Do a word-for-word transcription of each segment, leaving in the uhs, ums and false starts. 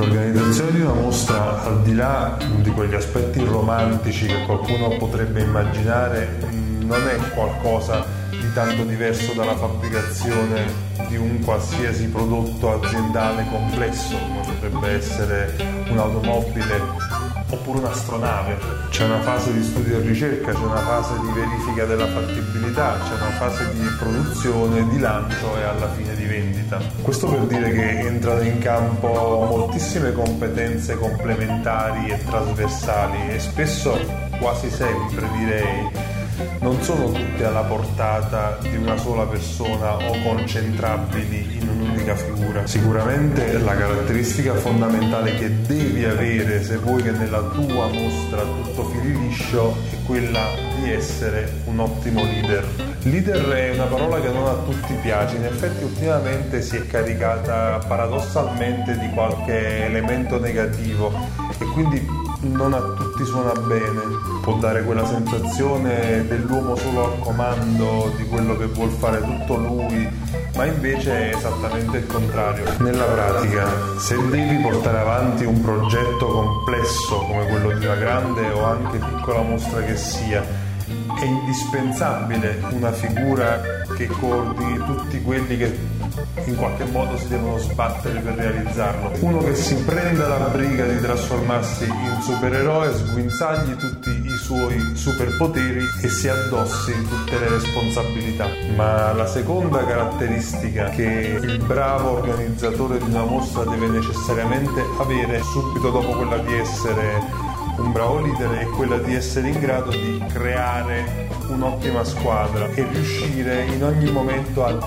L'organizzazione di una mostra, al di là di quegli aspetti romantici che qualcuno potrebbe immaginare, non è qualcosa di tanto diverso dalla fabbricazione di un qualsiasi prodotto aziendale complesso, come potrebbe essere un'automobile oppure un'astronave. C'è una fase di studio e ricerca, c'è una fase di verifica della fattibilità, c'è una fase di produzione, di lancio e alla fine di vendita. Questo per dire che entrano in campo moltissime competenze complementari e trasversali e spesso, quasi sempre direi, non sono tutte alla portata di una sola persona o concentrabili in un'unica figura. Sicuramente la caratteristica fondamentale che devi avere se vuoi che nella tua mostra tutto fili liscio è quella di essere un ottimo leader. Leader è una parola che non a tutti piace, in effetti ultimamente si è caricata paradossalmente di qualche elemento negativo e quindi non a tutti suona bene, può dare quella sensazione dell'uomo solo al comando, di quello che vuol fare tutto lui, ma invece è esattamente il contrario. Nella pratica, se devi portare avanti un progetto complesso come quello di una grande o anche piccola mostra che sia, è indispensabile una figura che coordini tutti quelli che in qualche modo si devono sbattere per realizzarlo. Uno che si prenda la briga di trasformarsi in supereroe, sguinzagli tutti i suoi superpoteri e si addossi tutte le responsabilità. Ma la seconda caratteristica che il bravo organizzatore di una mostra deve necessariamente avere subito dopo quella di essere un bravo leader è quella di essere in grado di creare un'ottima squadra e riuscire in ogni momento a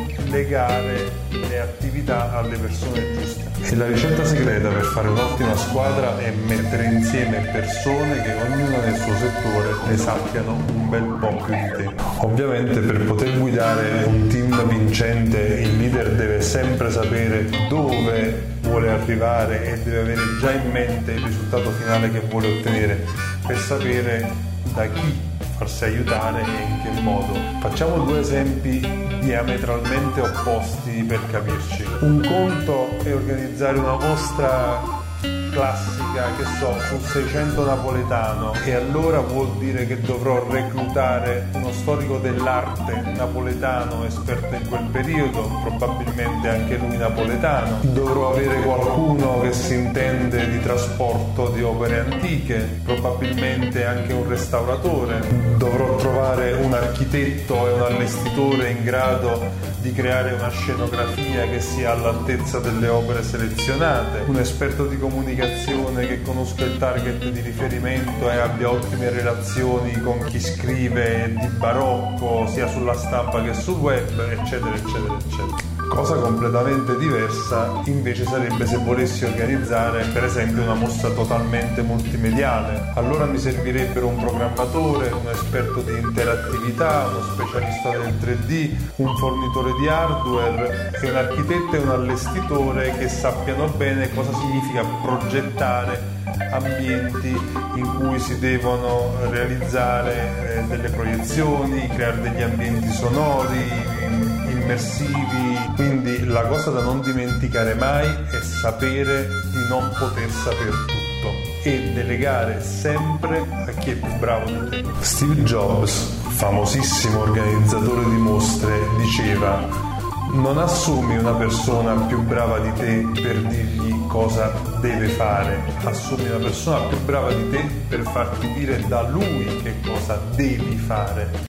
delegare le attività alle persone giuste. E la ricetta segreta per fare un'ottima squadra è mettere insieme persone che ognuna nel suo settore ne sappiano un bel po' più di te. Ovviamente per poter guidare un team vincente il leader deve sempre sapere dove vuole arrivare e deve avere già in mente il risultato finale che vuole ottenere per sapere da chi farsi aiutare e in che modo. Facciamo due esempi diametralmente opposti per capirci. Un conto è organizzare una mostra classica, che so, sul Seicento napoletano, e allora vuol dire che dovrò reclutare uno storico dell'arte napoletano esperto in quel periodo, probabilmente anche lui napoletano. Dovrò avere qualcuno che si intende di trasporto di opere antiche, probabilmente anche un restauratore. Dovrò trovare un architetto e un allestitore in grado di creare una scenografia che sia all'altezza delle opere selezionate, un esperto di comunicazione che conosca il target di riferimento e abbia ottime relazioni con chi scrive di barocco sia sulla stampa che sul web, eccetera eccetera eccetera. Cosa completamente diversa invece sarebbe se volessi organizzare per esempio una mostra totalmente multimediale. Allora mi servirebbero un programmatore, un esperto di interattività, uno specialista del tre D, un fornitore di hardware e un architetto e un allestitore che sappiano bene cosa significa progettare ambienti in cui si devono realizzare eh, delle proiezioni, creare degli ambienti sonori, immersivi. Quindi la cosa da non dimenticare mai è sapere di non poter saper tutto e delegare sempre a chi è più bravo di te. Steve Jobs, famosissimo organizzatore di mostre, diceva: non assumi una persona più brava di te per dirgli cosa deve fare, assumi una persona più brava di te per farti dire da lui che cosa devi fare.